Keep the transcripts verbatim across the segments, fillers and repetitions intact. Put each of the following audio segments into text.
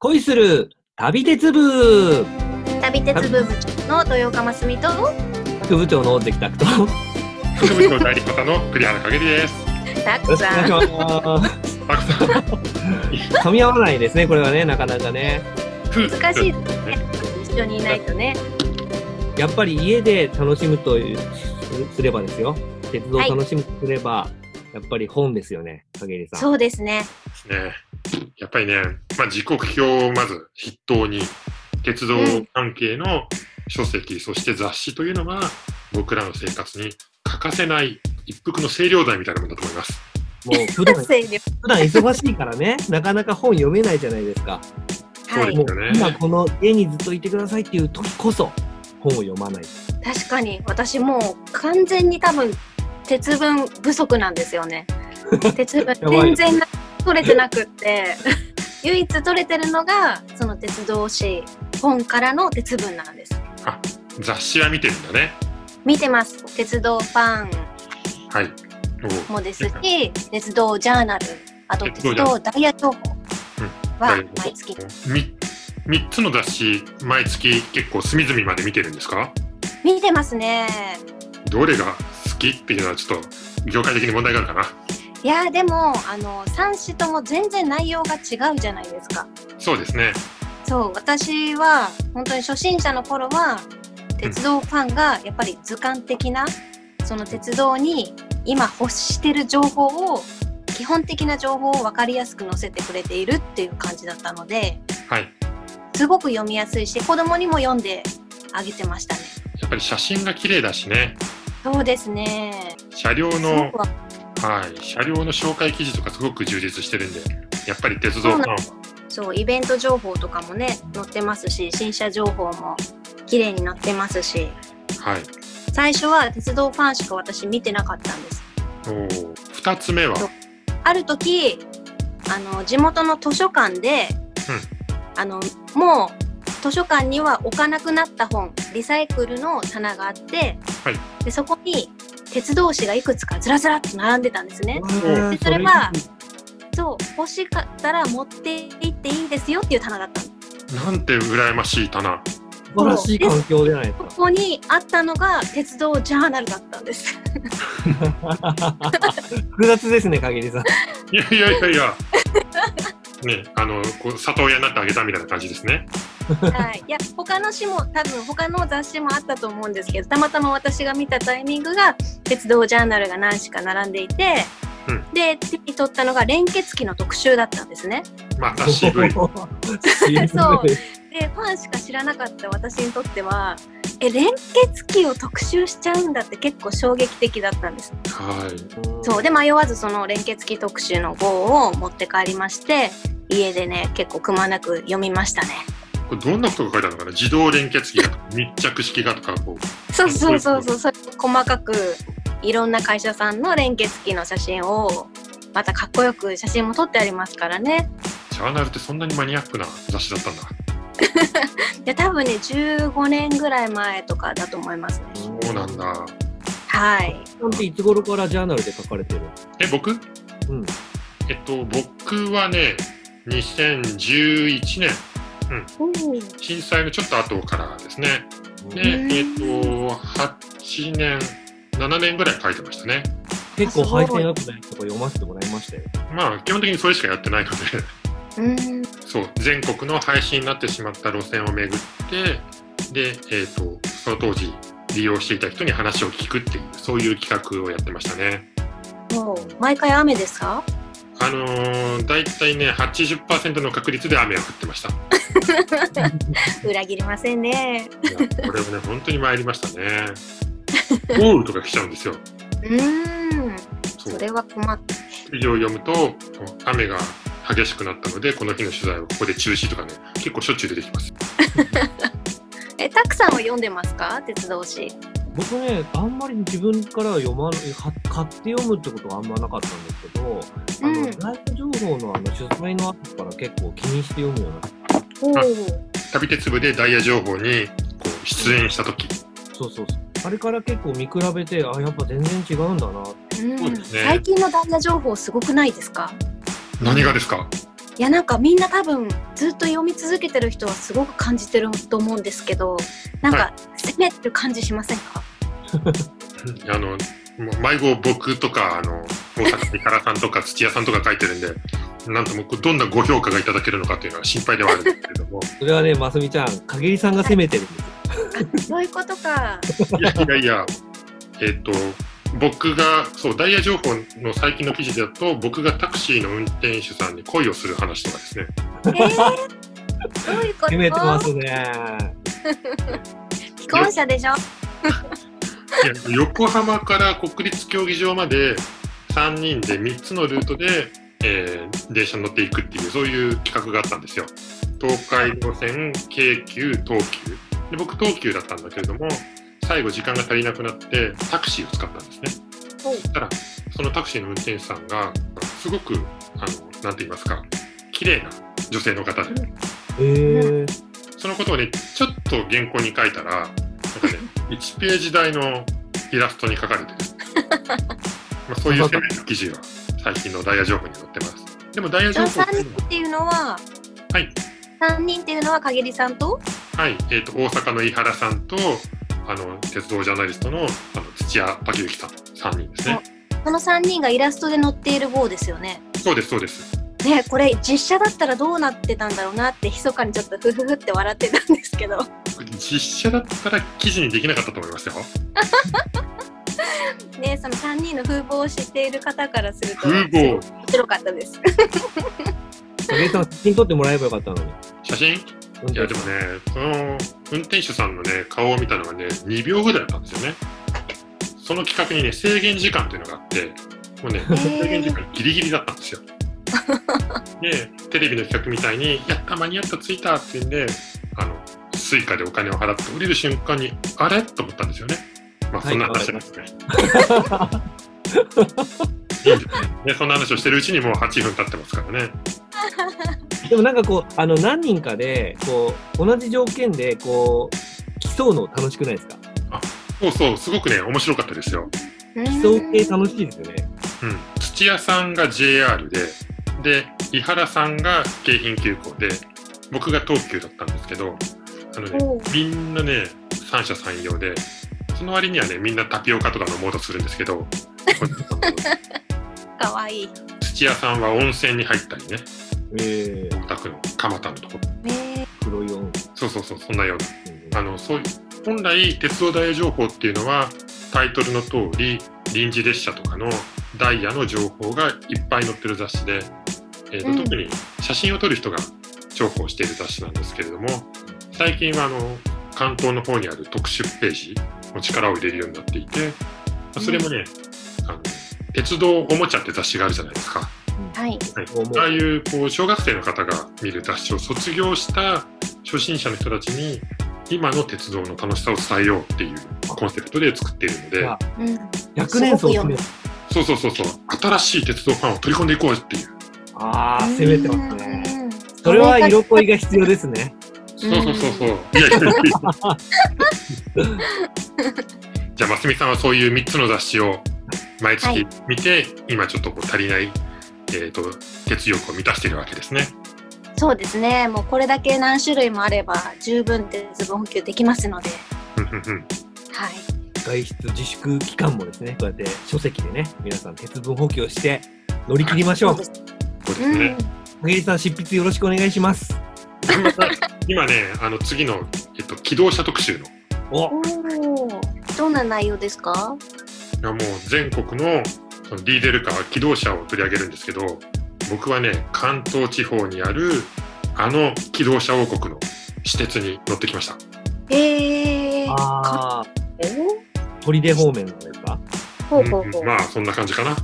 恋する旅鉄部。 旅鉄部部長の豊岡真澄と副部長の関拓と副部長代理方の栗原かげりです。 たくさんたくさん噛み合わないですね、これはね、なかなかね。 難しいですね。一緒にいないとね。 やっぱり家で楽しむとすればですよ。鉄道を楽しむとすれば、はい、やっぱり本ですよね、かげりさん。 そうですね。 ね、やっぱりね、まあ、時刻表をまず筆頭に鉄道関係の書籍、うん、そして雑誌というのが僕らの生活に欠かせない一服の清涼剤みたいなものだと思います。 もう普段普段忙しいからね、なかなか本読めないじゃないですか。 そうですよね。 今この家にずっといてくださいっていう時こそ本を読まない。 確かに私もう完全に多分鉄分不足なんですよね。鉄分全然取れてなくって唯一取れてるのがその鉄道誌本からの鉄分なんです。 あ、雑誌は見てるんだね。 見てます。鉄道ファンはいもですし、鉄道ジャーナル、あと鉄道ダイヤ情報は毎月、 うん、みみっつの雑誌毎月結構隅々まで見てるんですか？ 見てますね。 どれが好きっていうのはちょっと業界的に問題があるかな。 いやでもあのさん誌とも全然内容が違うじゃないですか。 そうですね。 そう、私は本当に初心者の頃は鉄道ファンがやっぱり図鑑的な、うん、その鉄道に今欲してる情報を基本的な情報を分かりやすく載せてくれているっていう感じだったので、 はい、すごく読みやすいし子供にも読んであげてましたね。 やっぱり写真が綺麗だしね。 そうですね。 車両のはい、車両の紹介記事とかすごく充実してるんで、やっぱり鉄道ファンはそうイベント情報とかもね載ってますし、新車情報も綺麗に載ってますし、 はい、 最初は鉄道ファンしか私見てなかったんです。 おふたつめはある時あの地元の図書館で、うん、あのもう図書館には置かなくなった本リサイクルの棚があって、はい、でそこに鉄道誌がいくつかずらずらっと並んでたんですね。でそれはそう欲しかったら持って行っていいですよっていう棚だったの。 なんて羨ましい棚。 素晴らしい環境じゃないですか。 ここにあったのが鉄道ジャーナルだったんです複雑ですね、かげりさん。 いやいやいやいやね、あのこう里親になってあげたみたいな感じですね。 はい、いや他の誌も多分他の雑誌もあったと思うんですけど、たまたま私が見たタイミングが鉄道ジャーナルが何誌か並んでいて、うん、で手に取ったのが連結機の特集だったんですね。 また渋いそうでファンしか知らなかった私にとってはえ連結機を特集しちゃうんだって結構衝撃的だったんです。 はい、 そうで迷わずその連結機特集の号を持って帰りまして、家でね結構くまなく読みましたね。 これどんなことが書いてあるのかな。自動連結機がとか密着式がとかこうそうそうそうそう、それ細かくいろんな会社さんの連結機の写真をまたかっこよく写真も撮ってありますからね。 ジャーナルってそんなにマニアックな雑誌だったんだいや多分ねじゅうごねんぐらい前とかだと思いますね。 そうなんだ。 はい。 本当いつ頃からジャーナルで書かれてる？ え僕？うん。えっと僕はねにせんじゅういちねん、うん、震災のちょっと後からですね。でえっとはちねんななねんぐらい書いてましたね。 結構配線アップのやつとか読ませてもらいましたよ。 まあ基本的にそれしかやってないのでうんそう全国の廃止になってしまった路線を巡ってで、えーと、その当時利用していた人に話を聞くっていうそういう企画をやってましたね。 もう毎回雨ですか？ あのー、だいたいね はちじゅっパーセント の確率で雨が降ってました裏切りませんね。 いやこれはね本当に参りましたね豪雨とか来ちゃうんですよ。 うーん そ, それは困った。 記事を読むと雨が激しくなったのでこの日の取材をここで中止とかね結構しょっちゅう出てきますえたくさんは読んでますか？鉄道誌。 僕ねあんまり自分から読ま買って読むってことがあんまなかったんですけど、うん、あのライブ情報のあの取材の後から結構気にして読むようになった。 旅鉄部でダイヤ情報にこう出演した時、 そうそうそうあれから結構見比べてあやっぱ全然違うんだなって、 うん、そうですね。最近のダイヤ情報すごくないですか？ 何がですか？ いやなんかみんな多分ずっと読み続けてる人はすごく感じてると思うんですけど、なんか攻めてる感じしませんか？ あの迷子僕とかあの大阪の井原さんとか土屋さんとか書いてるんで、なんともどんなご評価がいただけるのかというのは心配ではあるんですけれども。 それはね、ますみちゃん、陰りさんが攻めてるんですよ。 あ、そういうことか。 いやいやいや、えっと僕がそうダイヤ情報の最近の記事だと、僕がタクシーの運転手さんに恋をする話とかですね。 えー、どういうこと？ 攻めてますね。 既婚者でしょ？ いや横浜から国立競技場までさんにんでみっつのルートで、えー、電車に乗っていくっていう、そういう企画があったんですよ。東海道線、京急、東急で、僕東急だったんだけれども、最後時間が足りなくなってタクシーを使ったんですね。そしたらそのタクシーの運転手さんがすごくあのなんて言いますか、綺麗な女性の方で、 えー、 そのことをねちょっと原稿に書いたら、なんかねいちページ大のイラストに書かれてるまあそういう攻めの記事が最近のダイヤ情報に載ってます。でもダイヤ情報さんにんっていうのは、はい、さんにんっていうのは陰りさんと、 はい、えーと大阪の井原さんとあの鉄道ジャーナリストの、あの土屋武之さん、さんにんですね。 このさんにんがイラストで載っている号ですよね。 そうですそうです。 ね、これ実写だったらどうなってたんだろうなって密かにちょっとフフフって笑ってたんですけど。 実写だったら記事にできなかったと思いますよ。 ね、そのさんにんの風貌を知っている方からすると風貌面白かったです。 影さん、写真撮ってもらえばよかったのに。 写真？いやでもね、その運転手さんのね顔を見たのがねにびょうぐらいだったんですよね。その企画にね制限時間というのがあって、もうね制限時間ギリギリだったんですよ。でテレビの企画みたいにやった間に合った着いたっていうんで、あのスイカでお金を払って降りる瞬間にあれと思ったんですよね。まあそんな話ですね。はい、いいんですね。そんな話をしてるうちにもうはっぷん経ってますからね。 でもなんかこうあの何人かでこう同じ条件でこう競うの楽しくないですか？ あ、そうそうすごくね面白かったですよ。 競う系楽しいですよね。 うん、土屋さんが ジェイアール で、で井原さんが京浜急行で、僕が東急だったんですけど、あのねみんなね三者三様で、その割にはねみんなタピオカとか飲もうとするんですけど、 かわいい。 土屋さんは温泉に入ったりね。 えー、 大田区の蒲田のところ、 えー、 黒い温そうそうそう、そんなような、うん、あのそういう本来鉄道ダイヤ情報っていうのはタイトルの通り臨時列車とかのダイヤの情報がいっぱい載ってる雑誌で、えーとうん、特に写真を撮る人が重宝している雑誌なんですけれども、最近はあの関東の方にある特殊ページの力を入れるようになっていて、それもね、うん、あの鉄道おもちゃって雑誌があるじゃないですか。 はい、 はい、ああいうこう小学生の方が見る雑誌を卒業した初心者の人たちに今の鉄道の楽しさを伝えようっていうコンセプトで作っているので、 うん、 ひゃくねんそうですね。 そうそうそうそう、新しい鉄道ファンを取り込んでいこうっていう。 ああ、攻めてますね。それは色恋が必要ですね。 そうそうそうそう。いやいやいやじゃあますみさんはそういうみっつの雑誌を毎月見て、はい、今ちょっとこう足りない、えーと、鉄欲を満たしているわけですね。 そうですね。もうこれだけ何種類もあれば十分鉄分補給できますので。はい。 外出自粛期間もですね、こうやって書籍でね、皆さん鉄分補給をして乗り切りましょう。 そうです、そうですね。 影さん、執筆よろしくお願いします。 今ね、あの次の、えっと、機動車特集の。 おお。どんな内容ですか？ いやもう全国のそのディーゼルカー、機動車を取り上げるんですけど、僕はね関東地方にあるあの機動車王国の私鉄に乗ってきました。 えー、 ああ、砦方面のですか？ ほうほうほう、 うん、まあそんな感じかな。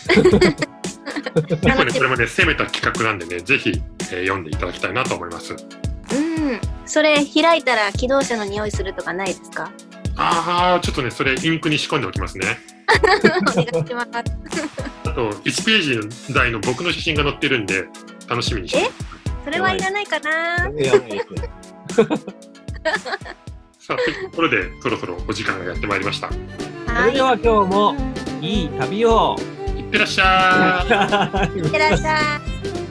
結構ねこれもね攻めた企画なんでね、ぜひ、えー、読んでいただきたいなと思います。 うん、それ開いたら機動車の匂いするとかないですか？ ああ、ちょっとねそれインクに仕込んでおきますね。 お願いします。 あといちページ台の僕の写真が載ってるんで楽しみにして。 え、それはいらないかな。 いらないですね。 さあというところでそろそろお時間がやってまいりました。 それでは今日もいい旅を。 いってらっしゃい。 いってらっしゃい。